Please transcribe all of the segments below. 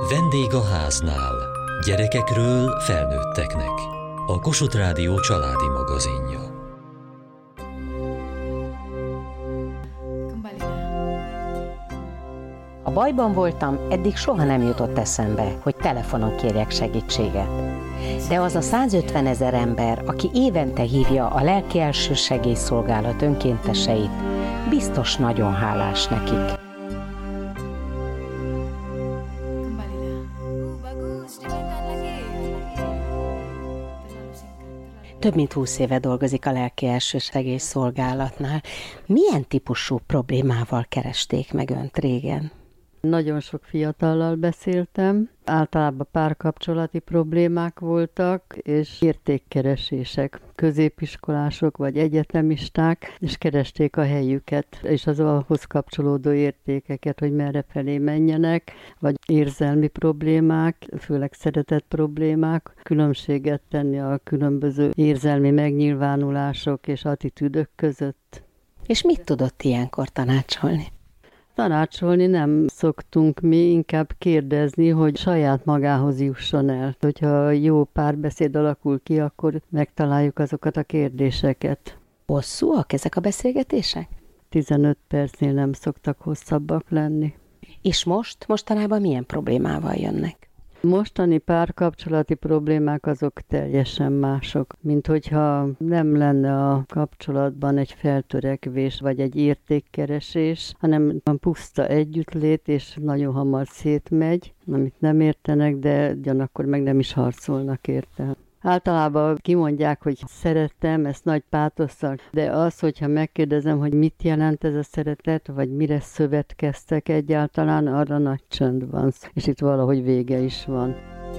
Vendég a háznál. Gyerekekről felnőtteknek. A Kossuth Rádió családi magazinja. Ha bajban voltam, eddig soha nem jutott eszembe, hogy telefonon kérjek segítséget. De az a 150 000 ember, aki évente hívja a Lelki Elsősegélyszolgálat önkénteseit, biztos nagyon hálás nekik. Több mint 20 éve dolgozik a Lelki Elsősegélyszolgálatnál. Milyen típusú problémával keresték meg önt régen? Nagyon sok fiatallal beszéltem, általában párkapcsolati problémák voltak, és értékkeresések, középiskolások vagy egyetemisták, és keresték a helyüket, és az ahhoz kapcsolódó értékeket, hogy merre felé menjenek, vagy érzelmi problémák, főleg szeretet problémák, különbséget tenni a különböző érzelmi megnyilvánulások és attitűdök között. És mit tudott ilyenkor tanácsolni? Tanácsolni nem szoktunk mi, inkább kérdezni, hogy saját magához jusson el. Hogyha jó párbeszéd alakul ki, akkor megtaláljuk azokat a kérdéseket. Hosszúak ezek a beszélgetések? 15 percnél nem szoktak hosszabbak lenni. És mostanában milyen problémával jönnek? Mostani párkapcsolati problémák azok teljesen mások, mint hogyha nem lenne a kapcsolatban egy feltörekvés vagy egy értékkeresés, hanem van puszta együttlét, és nagyon hamar szétmegy, amit nem értenek, de ugyanakkor meg nem is harcolnak érte. Általában kimondják, hogy szerettem, ezt nagy pátosszal, de az, hogyha megkérdezem, hogy mit jelent ez a szeretet, vagy mire szövetkeztek egyáltalán, arra nagy csönd van, és itt valahogy vége is van.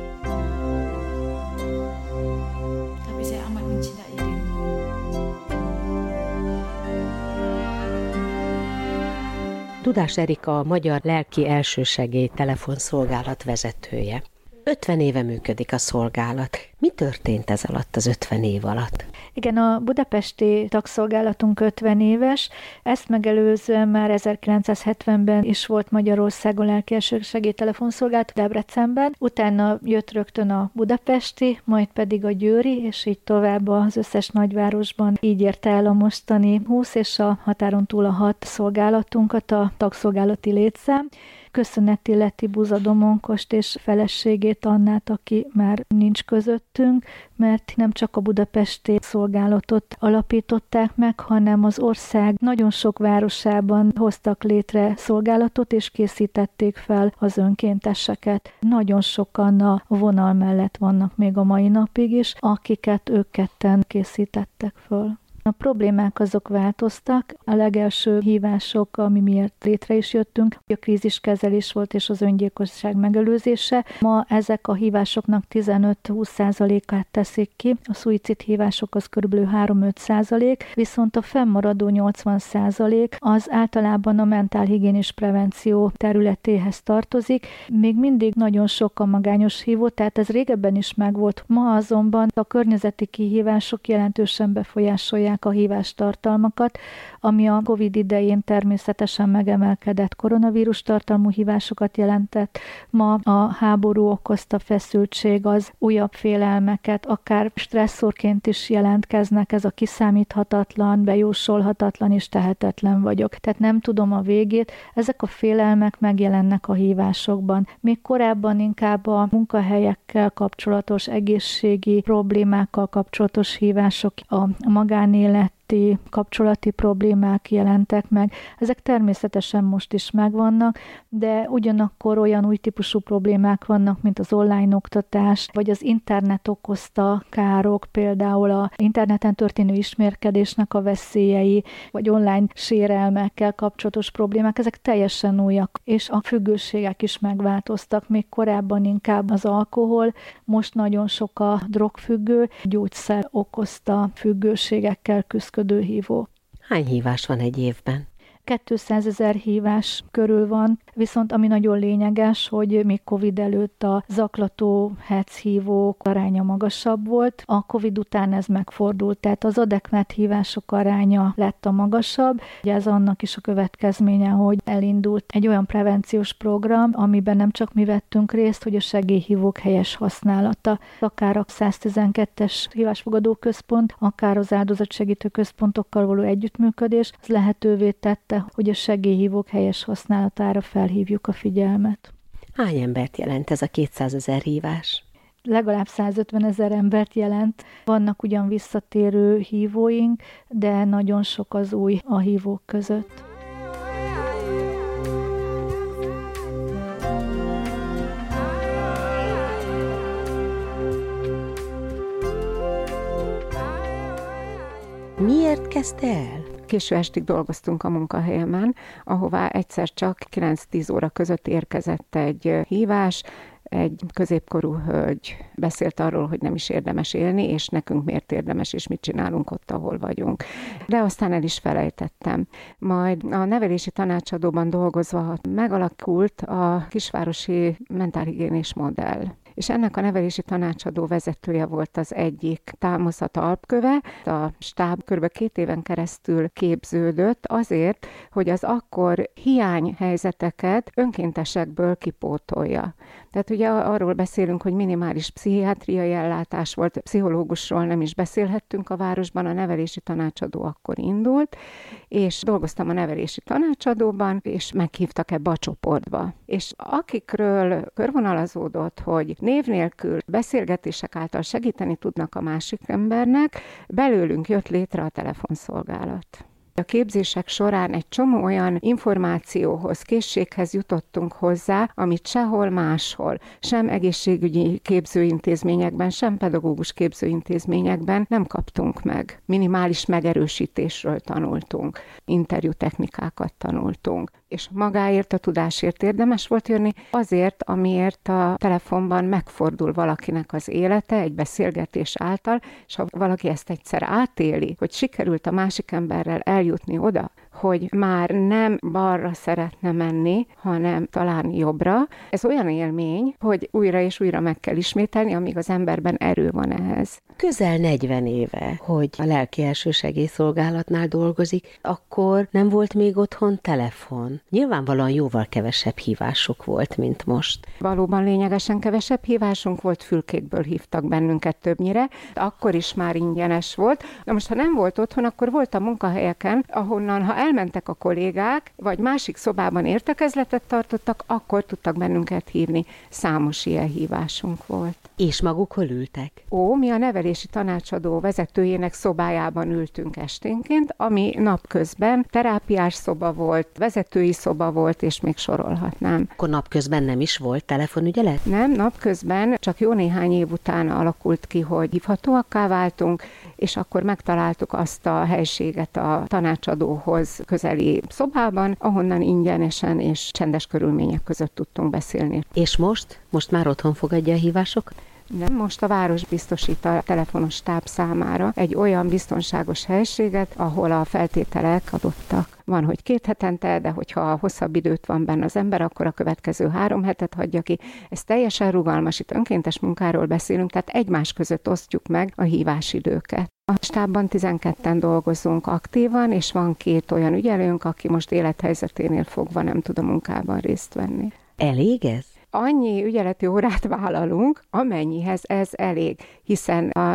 Dudás Erika a Magyar Lelki Elsősegély telefonszolgálat vezetője. 50 éve működik a szolgálat. Mi történt ez alatt az 50 év alatt? Igen, a budapesti tagszolgálatunk 50 éves, ezt megelőzően már 1970-ben is volt Magyarországon Lelki Elsősegély telefonszolgálat Debrecenben, utána jött rögtön a budapesti, majd pedig a győri, és így tovább az összes nagyvárosban. Így érte el a mostani 20 és a határon túl a 6 szolgálatunkat a tagszolgálati létszám. Köszönet illeti Buza Domonkost és feleségét Annát, aki már nincs közöttünk, mert nem csak a budapesti szolgálatot alapították meg, hanem az ország nagyon sok városában hoztak létre szolgálatot, és készítették fel az önkénteseket. Nagyon sokan a vonal mellett vannak még a mai napig is, akiket ők ketten készítettek föl. A problémák azok változtak. A legelső hívások, ami miatt létre is jöttünk, a kríziskezelés volt és az öngyilkosság megelőzése. Ma ezek a hívásoknak 15-20%-át teszik ki, a szuicid hívások az kb. 3-5%, viszont a fennmaradó 80% az általában a mentálhigiénés prevenció területéhez tartozik. Még mindig nagyon sok a magányos hívó, tehát ez régebben is megvolt. Ma azonban a környezeti kihívások jelentősen befolyásolják a hívástartalmakat, ami a Covid idején természetesen megemelkedett koronavírus tartalmú hívásokat jelentett. Ma a háború okozta feszültség, az újabb félelmeket, akár stresszorként is jelentkeznek, ez a kiszámíthatatlan, bejósolhatatlan és tehetetlen vagyok. Tehát nem tudom a végét, ezek a félelmek megjelennek a hívásokban. Még korábban inkább a munkahelyekkel kapcsolatos, egészségi problémákkal kapcsolatos hívások, a magánéleti kapcsolati problémák jelentek meg. Ezek természetesen most is megvannak, de ugyanakkor olyan új típusú problémák vannak, mint az online oktatás, vagy az internet okozta károk, például az interneten történő ismerkedésnek a veszélyei, vagy online sérelmekkel kapcsolatos problémák, ezek teljesen újak, és a függőségek is megváltoztak. Még korábban inkább az alkohol, most nagyon sok a drogfüggő, gyógyszer okozta függőségekkel küzdő hívó. Hány hívás van egy évben? 200 000 hívás körül van, viszont ami nagyon lényeges, hogy még Covid előtt a zaklató hívók aránya magasabb volt, a Covid után ez megfordult, tehát az adekvát hívások aránya lett a magasabb. Ugye ez annak is a következménye, hogy elindult egy olyan prevenciós program, amiben nem csak mi vettünk részt, hogy a segélyhívók helyes használata, akár a 112-es hívásfogadó központ, akár az áldozatsegítő központokkal való együttműködés, az lehetővé tette, hogy a segélyhívók helyes használatára felhívjuk a figyelmet. Hány embert jelent ez a 200 000 hívás? Legalább 150 000 embert jelent. Vannak ugyan visszatérő hívóink, de nagyon sok az új a hívók között. Miért kezdte el? Késő estig dolgoztunk a munkahelyemen, ahová egyszer csak 9-10 óra között érkezett egy hívás. Egy középkorú hölgy beszélt arról, hogy nem is érdemes élni, és nekünk miért érdemes, és mit csinálunk ott, ahol vagyunk. De aztán el is felejtettem. Majd a nevelési tanácsadóban dolgozva megalakult a kisvárosi mentálhigiénés modell. És ennek a nevelési tanácsadó vezetője volt az egyik támaszat alapköve. A stáb kb. 2 éven keresztül képződött azért, hogy az akkor hiányhelyzeteket önkéntesekből kipótolja. Tehát ugye arról beszélünk, hogy minimális pszichiátriai ellátás volt, pszichológusról nem is beszélhettünk a városban, a nevelési tanácsadó akkor indult, és dolgoztam a nevelési tanácsadóban, és meghívtak ebbe a csoportba. És akikről körvonalazódott, hogy név nélkül beszélgetések által segíteni tudnak a másik embernek, belőlünk jött létre a telefonszolgálat. A képzések során egy csomó olyan információhoz, készséghez jutottunk hozzá, amit sehol máshol, sem egészségügyi képzőintézményekben, sem pedagógus képzőintézményekben nem kaptunk meg. Minimális megerősítésről tanultunk, interjútechnikákat tanultunk. És magáért, a tudásért érdemes volt jönni, azért, amiért a telefonban megfordul valakinek az élete egy beszélgetés által, és ha valaki ezt egyszer átéli, hogy sikerült a másik emberrel eljutni oda, hogy már nem balra szeretne menni, hanem talán jobbra. Ez olyan élmény, hogy újra és újra meg kell ismételni, amíg az emberben erő van ehhez. Közel 40 éve, hogy a lelki elsősegélyszolgálatnál dolgozik, akkor nem volt még otthon telefon. Nyilvánvalóan jóval kevesebb hívások volt, mint most. Valóban lényegesen kevesebb hívásunk volt, fülkékből hívtak bennünket többnyire. Akkor is már ingyenes volt. Na most, ha nem volt otthon, akkor volt a munkahelyeken, ahonnan, ha elmentek a kollégák, vagy másik szobában értekezletet tartottak, akkor tudtak bennünket hívni. Számos ilyen hívásunk volt. És maguk hol ültek? Mi a nevelési tanácsadó vezetőjének szobájában ültünk esténként, ami napközben terápiás szoba volt, vezetői szoba volt, és még sorolhatnám. Akkor napközben nem is volt telefonügyelet? Nem, napközben csak jó néhány év után alakult ki, hogy hívhatóakká váltunk, és akkor megtaláltuk azt a helységet a tanácsadóhoz közeli szobában, ahonnan ingyenesen és csendes körülmények között tudtunk beszélni. És most? Most már otthon fogadja a hívásokat? Nem, most a város biztosít a telefonos stáb számára egy olyan biztonságos helységet, ahol a feltételek adottak. Van, hogy 2 hetente, de hogyha hosszabb időt van benne az ember, akkor a következő 3 hetet hagyja ki. Ez teljesen rugalmas, itt önkéntes munkáról beszélünk, tehát egymás között osztjuk meg a hívásidőket. A stábban 12-en dolgozunk aktívan, és van 2 olyan ügyelőnk, aki most élethelyzeténél fogva nem tud a munkában részt venni. Elég ez? Annyi ügyeleti órát vállalunk, amennyihez ez elég, hiszen a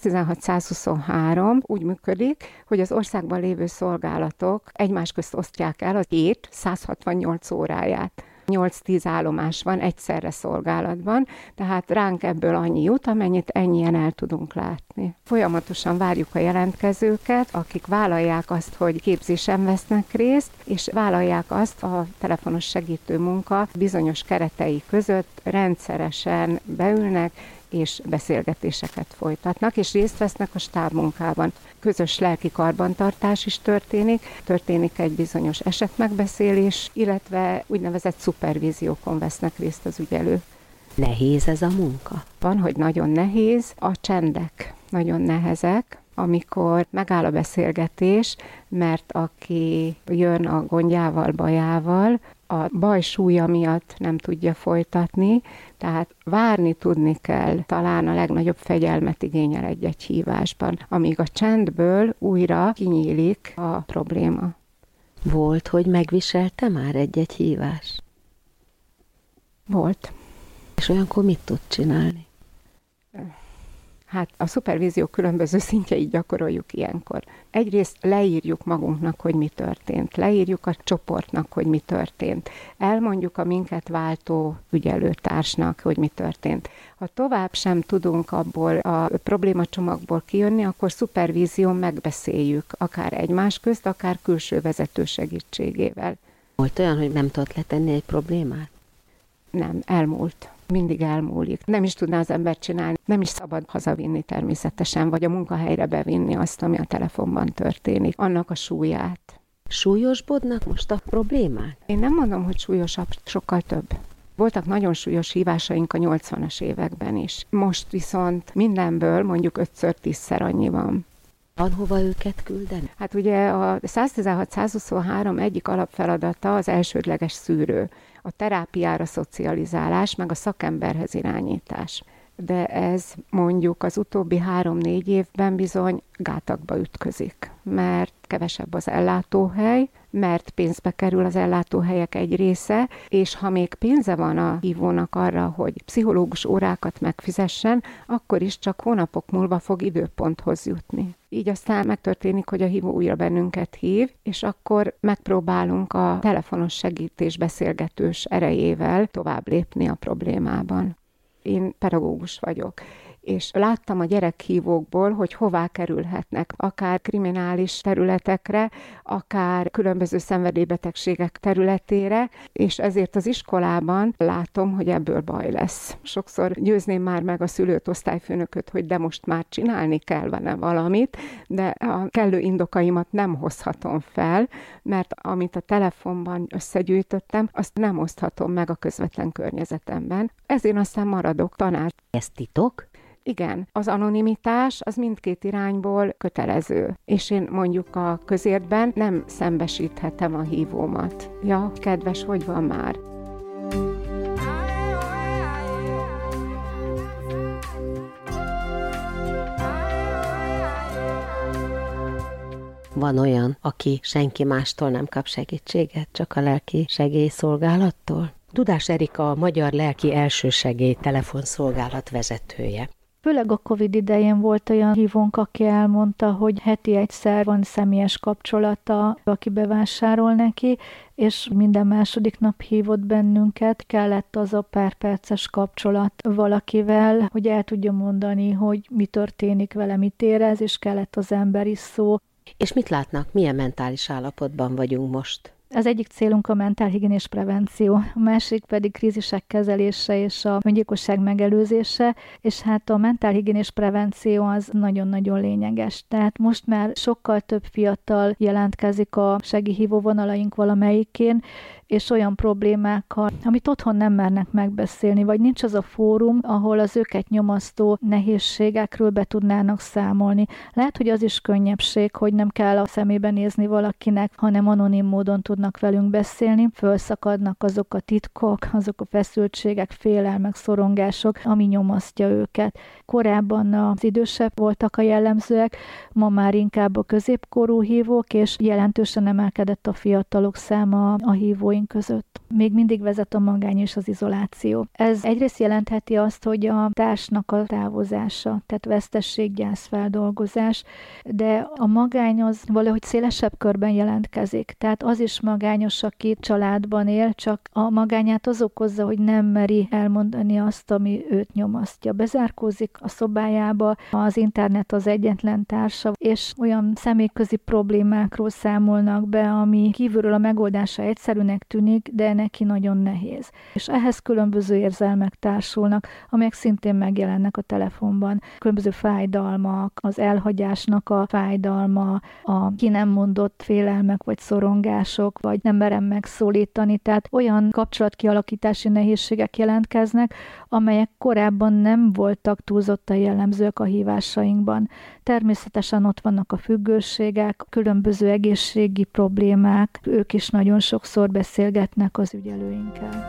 116-123 úgy működik, hogy az országban lévő szolgálatok egymás közt osztják el a 168 óráját. 8-10 állomás van egyszerre szolgálatban, tehát ránk ebből annyi jut, amennyit ennyien el tudunk látni. Folyamatosan várjuk a jelentkezőket, akik vállalják azt, hogy képzésen vesznek részt, és vállalják azt a telefonos segítő munka bizonyos keretei között rendszeresen beülnek, és beszélgetéseket folytatnak, és részt vesznek a stábmunkában. Közös lelki karbantartás is történik egy bizonyos esetmegbeszélés, illetve úgynevezett szupervíziókon vesznek részt az ügyelők. Nehéz ez a munka? Van, hogy nagyon nehéz, a csendek nagyon nehezek, amikor megáll a beszélgetés, mert aki jön a gondjával, bajával, a baj súlya miatt nem tudja folytatni, tehát várni tudni kell, talán a legnagyobb fegyelmet igényel egy hívásban, amíg a csendből újra kinyílik a probléma. Volt, hogy megviselte már egy hívás? Volt. És olyankor mit tud csinálni? Hát a szupervízió különböző szintjeit gyakoroljuk ilyenkor. Egyrészt leírjuk magunknak, hogy mi történt, leírjuk a csoportnak, hogy mi történt, elmondjuk a minket váltó ügyelőtársnak, hogy mi történt. Ha tovább sem tudunk abból a problémacsomagból kijönni, akkor szupervízión megbeszéljük, akár egymás közt, akár külső vezető segítségével. Volt olyan, hogy nem tudott letenni egy problémát? Nem, elmúlt. Mindig elmúlik. Nem is tudná az ember csinálni, nem is szabad hazavinni természetesen, vagy a munkahelyre bevinni azt, ami a telefonban történik, annak a súlyát. Súlyosbodnak most a problémák? Én nem mondom, hogy súlyosabb, sokkal több. Voltak nagyon súlyos hívásaink a 80-as években is. Most viszont mindenből mondjuk 5-10-szer annyi van. Van hova őket küldeni? Hát ugye a 116-123 egyik alapfeladata az elsődleges szűrő. A terápiára szocializálás, meg a szakemberhez irányítás. De ez mondjuk az utóbbi 3-4 évben bizony gátakba ütközik, mert kevesebb az ellátóhely, mert pénzbe kerül az ellátóhelyek egy része, és ha még pénze van a hívónak arra, hogy pszichológus órákat megfizessen, akkor is csak hónapok múlva fog időponthoz jutni. Így aztán megtörténik, hogy a hívó újra bennünket hív, és akkor megpróbálunk a telefonos segítés beszélgetős erejével tovább lépni a problémában. Én pedagógus vagyok, és láttam a gyerekhívókból, hogy hová kerülhetnek, akár kriminális területekre, akár különböző szenvedélybetegségek területére, és ezért az iskolában látom, hogy ebből baj lesz. Sokszor győzném már meg a szülőt, osztályfőnököt, hogy de most már csinálni kellene valamit, de a kellő indokaimat nem hozhatom fel, mert amit a telefonban összegyűjtöttem, azt nem oszthatom meg a közvetlen környezetemben. Ezért aztán maradok tanár. Ez titok? Igen, az anonimitás az mindkét irányból kötelező, és én mondjuk a közértben nem szembesíthetem a hívómat. Ja, kedves, hogy van már? Van olyan, aki senki mástól nem kap segítséget, csak a lelki segélyszolgálattól? Tudás Erika a Magyar Lelki Elsősegély telefonszolgálat vezetője. Főleg a Covid idején volt olyan hívónk, aki elmondta, hogy heti egyszer van személyes kapcsolata, aki bevásárol neki, és minden második nap hívott bennünket. Kellett az a pár perces kapcsolat valakivel, hogy el tudja mondani, hogy mi történik vele, mit érez, és kellett az emberi szó. És mit látnak, milyen mentális állapotban vagyunk most? Az egyik célunk a mentálhigiénés prevenció, a másik pedig krízisek kezelése és a öngyilkosság megelőzése, és hát a mentálhigiénés prevenció az nagyon-nagyon lényeges. Tehát most már sokkal több fiatal jelentkezik a segélyhívó vonalaink valamelyikén, és olyan problémákkal, amit otthon nem mernek megbeszélni, vagy nincs az a fórum, ahol az őket nyomasztó nehézségekről be tudnának számolni. Lehet, hogy az is könnyebbség, hogy nem kell a szemébe nézni valakinek, hanem anonim módon tudnak velünk beszélni, fölszakadnak azok a titkok, azok a feszültségek, félelmek, szorongások, ami nyomasztja őket. Korábban az idősebb voltak a jellemzőek, ma már inkább a középkorú hívók, és jelentősen emelkedett a fiatalok száma a hívóink között. Még mindig vezet a magány és az izoláció. Ez egyrészt jelentheti azt, hogy a társnak a távozása, tehát vesztesség, gyászfeldolgozás, de a magány az valahogy szélesebb körben jelentkezik. Tehát az is magányos, aki családban él, csak a magányát az okozza, hogy nem meri elmondani azt, ami őt nyomasztja. Bezárkózik a szobájába, az internet az egyetlen társa, és olyan személyközi problémákról számolnak be, ami kívülről a megoldása egyszerűnek tűnik, de neki nagyon nehéz. És ehhez különböző érzelmek társulnak, amelyek szintén megjelennek a telefonban. Különböző fájdalmak, az elhagyásnak a fájdalma, a ki nem mondott félelmek vagy szorongások, vagy nem merem megszólítani. Tehát olyan kapcsolatkialakítási nehézségek jelentkeznek, amelyek korábban nem voltak túlzottan jellemzők a hívásainkban. Természetesen ott vannak a függőségek, különböző egészségi problémák, ők is nagyon sokszor beszélgetnek az ügyelőinkkel.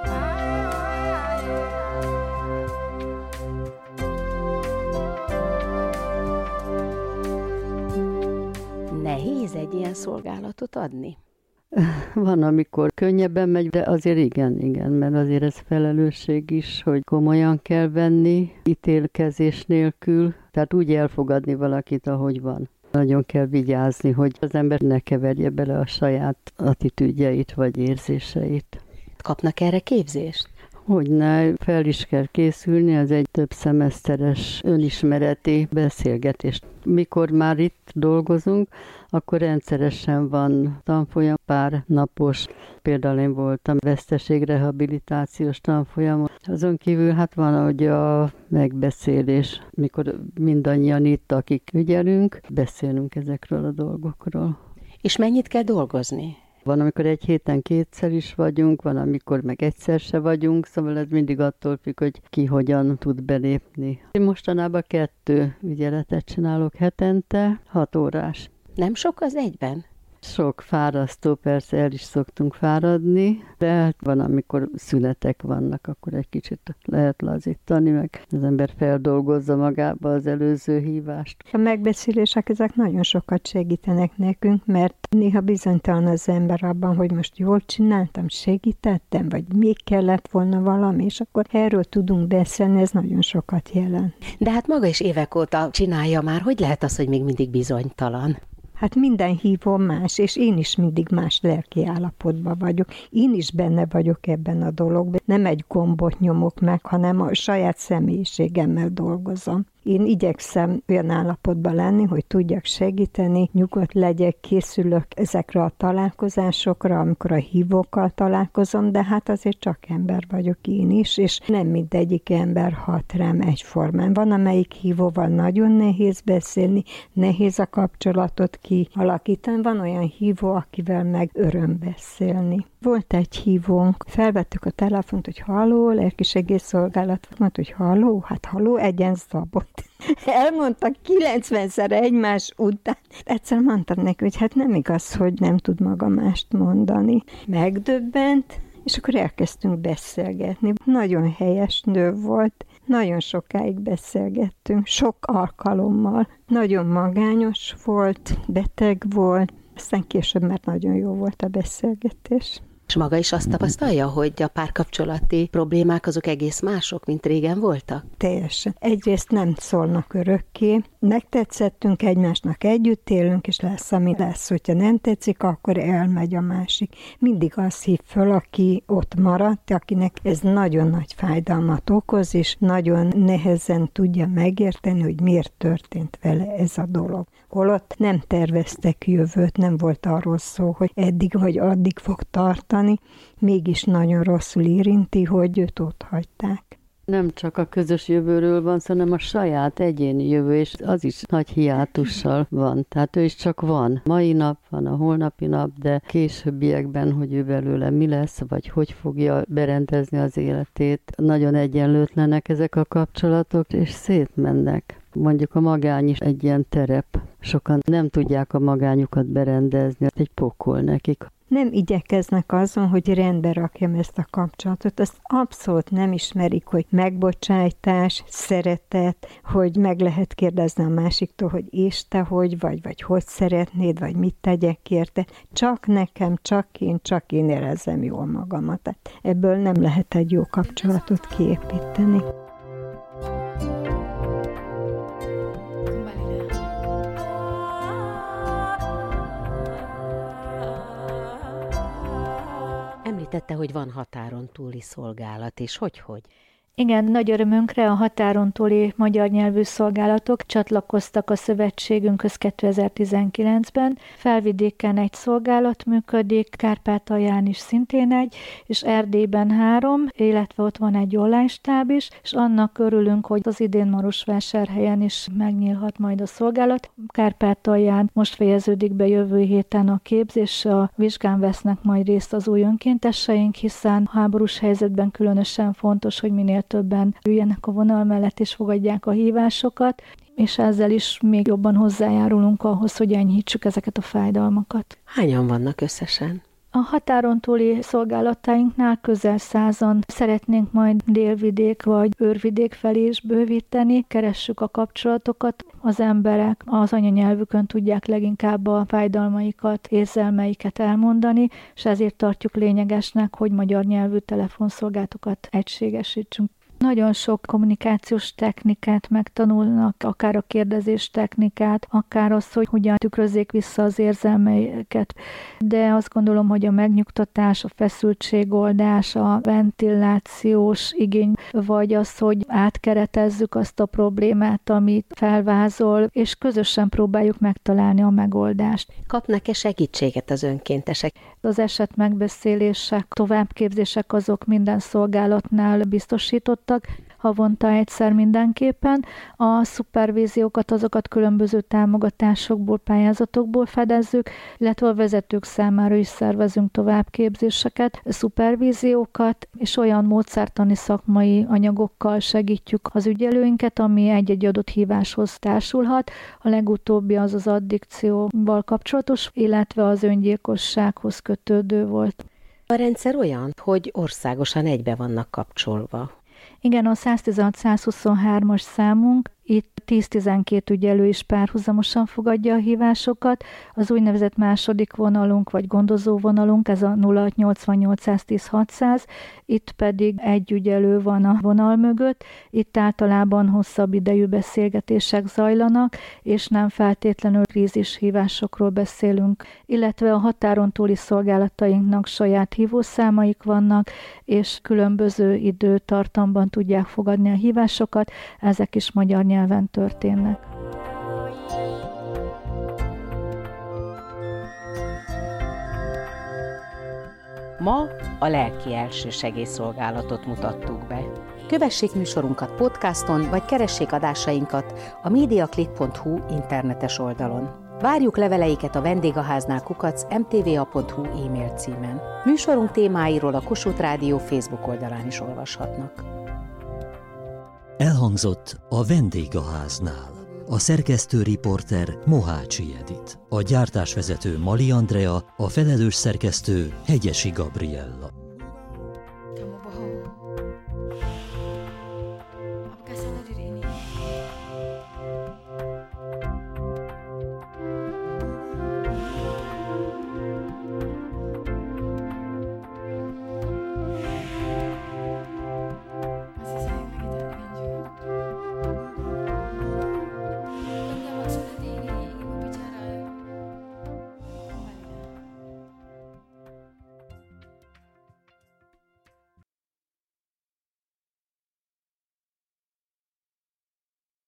Nehéz egy ilyen szolgálatot adni? Van, amikor könnyebben megy, de azért igen, mert azért ez felelősség is, hogy komolyan kell venni, ítélkezés nélkül, tehát úgy elfogadni valakit, ahogy van. Nagyon kell vigyázni, hogy az ember ne keverje bele a saját attitűdjeit vagy érzéseit. Kapnak erre képzést? Hogyne, fel is kell készülni, az egy több szemeszteres önismereti beszélgetés. Mikor már itt dolgozunk, akkor rendszeresen van tanfolyam, pár napos. Például én voltam veszteségrehabilitációs tanfolyam. Azon kívül hát van ahogy a megbeszélés, mikor mindannyian itt, akik ügyelünk, beszélünk ezekről a dolgokról. És mennyit kell dolgozni? Van, amikor egy héten 2-szer is vagyunk, van, amikor meg egyszer se vagyunk, szóval ez mindig attól függ, hogy ki hogyan tud belépni. Én mostanában 2 ügyeletet csinálok hetente, 6 órás. Nem sok az egyben? Sok, fárasztó, persze el is szoktunk fáradni, de van, amikor szünetek vannak, akkor egy kicsit lehet lazítani, meg az ember feldolgozza magába az előző hívást. A megbeszélések ezek nagyon sokat segítenek nekünk, mert néha bizonytalan az ember abban, hogy most jól csináltam, segítettem, vagy még kellett volna valami, és akkor erről tudunk beszélni, ez nagyon sokat jelent. De hát maga is évek óta csinálja már, hogy lehet az, hogy még mindig bizonytalan? Hát minden hívó más, és én is mindig más lelki állapotban vagyok. Én is benne vagyok ebben a dologban. Nem egy gombot nyomok meg, hanem a saját személyiségemmel dolgozom. Én igyekszem olyan állapotban lenni, hogy tudjak segíteni, nyugodt legyek, készülök ezekre a találkozásokra, amikor a hívókkal találkozom, de hát azért csak ember vagyok én is, és nem mindegyik ember hat rám egyformán. Van, amelyik hívóval nagyon nehéz beszélni, nehéz a kapcsolatot kialakítani, van olyan hívó, akivel meg öröm beszélni. Volt egy hívónk, felvettük a telefont, hogy halló, lelkisegélyszolgálat, mondta, hogy halló, hát halló, egyen szabot. Elmondtak 90-szer egymás után. Egyszer mondtam neki, hogy hát nem igaz, hogy nem tud maga mást mondani. Megdöbbent, és akkor elkezdtünk beszélgetni. Nagyon helyes nő volt, nagyon sokáig beszélgettünk, sok alkalommal. Nagyon magányos volt, beteg volt, aztán később már nagyon jó volt a beszélgetés. És maga is azt tapasztalja, hogy a párkapcsolati problémák azok egész mások, mint régen voltak? Teljesen. Egyrészt nem szólnak örökké, megtetszettünk egymásnak, együtt élünk, és lesz, ami lesz. Hogyha nem tetszik, akkor elmegy a másik. Mindig azt hív föl, aki ott maradt, akinek ez nagyon nagy fájdalmat okoz, és nagyon nehezen tudja megérteni, hogy miért történt vele ez a dolog. Holott nem terveztek jövőt, nem volt arról szó, hogy eddig vagy addig fog tartani, mégis nagyon rosszul érinti, hogy őt ott hagyták. Nem csak a közös jövőről van, hanem a saját egyéni jövő, és az is nagy hiátussal van. Tehát ő is csak van. Mai nap van, a holnapi nap, de későbbiekben, hogy ő belőle mi lesz, vagy hogy fogja berendezni az életét. Nagyon egyenlőtlenek ezek a kapcsolatok, és szétmennek. Mondjuk a magány is egy ilyen terep. Sokan nem tudják a magányukat berendezni, egy pokol nekik. Nem igyekeznek azon, hogy rendbe rakjam ezt a kapcsolatot. Azt abszolút nem ismerik, hogy megbocsájtás, szeretet, hogy meg lehet kérdezni a másiktól, hogy és te hogy vagy hogy szeretnéd, vagy mit tegyek érte. Csak nekem, csak én érezzem jól magamat. Tehát ebből nem lehet egy jó kapcsolatot kiépíteni. Említette, hogy van határon túli szolgálat, és hogy? Igen, nagy örömünkre a határon túli magyar nyelvű szolgálatok csatlakoztak a szövetségünkhöz 2019-ben. Felvidéken egy szolgálat működik, Kárpátalján is szintén egy, és Erdélyben 3, illetve ott van egy online stáb is, és annak örülünk, hogy az idén Marosvásárhelyen is megnyílhat majd a szolgálat. Kárpátalján most fejeződik be jövő héten a képzés, a vizsgán vesznek majd részt az új önkénteseink, hiszen háborús helyzetben különösen fontos, hogy minél többen üljenek a vonal mellett és fogadják a hívásokat, és ezzel is még jobban hozzájárulunk ahhoz, hogy enyhítsük ezeket a fájdalmakat. Hányan vannak összesen? A határon túli szolgálatainknál közel 100-an szeretnénk majd Délvidék vagy Őrvidék felé is bővíteni. Keressük a kapcsolatokat. Az emberek az anyanyelvükön tudják leginkább a fájdalmaikat, érzelmeiket elmondani, és ezért tartjuk lényegesnek, hogy magyar nyelvű telefonszolgálatokat egységesítsünk. Nagyon sok kommunikációs technikát megtanulnak, akár a kérdezés technikát, akár az, hogy hogyan tükrözzék vissza az érzelmeiket. De azt gondolom, hogy a megnyugtatás, a feszültségoldás, a ventilációs igény, vagy az, hogy átkeretezzük azt a problémát, amit felvázol, és közösen próbáljuk megtalálni a megoldást. Kapnak-e segítséget az önkéntesek? Az eset megbeszélések, továbbképzések azok minden szolgálatnál biztosítottak, havonta egyszer mindenképpen. A szupervíziókat, azokat különböző támogatásokból, pályázatokból fedezzük, illetve a vezetők számára is szervezünk továbbképzéseket, szupervíziókat, és olyan módszertani szakmai anyagokkal segítjük az ügyelőinket, ami egy-egy adott híváshoz társulhat. A legutóbbi az az addikcióval kapcsolatos, illetve az öngyilkossághoz kötődő volt. A rendszer olyan, hogy országosan egybe vannak kapcsolva. Igen, a 116-123-as számunk, itt 10-12 ügyelő is párhuzamosan fogadja a hívásokat. Az úgynevezett második vonalunk, vagy gondozó vonalunk, ez a 0688-110-600, itt pedig egy ügyelő van a vonal mögött. Itt általában hosszabb idejű beszélgetések zajlanak, és nem feltétlenül krízishívásokról beszélünk. Illetve a határon túli szolgálatainknak saját hívószámaik vannak, és különböző időtartamban tudják fogadni a hívásokat, ezek is magyar nyelven történnek. Ma a lelki elsősegélyszolgálatot mutattuk be. Kövessék műsorunkat podcaston, vagy keressék adásainkat a mediaclick.hu internetes oldalon. Várjuk leveleiket a vendégháznál @mtva.hu e-mail címen. Műsorunk témáiról a Kossuth Rádió Facebook oldalán is olvashatnak. Elhangzott a vendégháznál. A szerkesztő riporter Mohácsi Edit. A gyártásvezető Mali Andrea, a felelős szerkesztő Hegyesi Gabriella.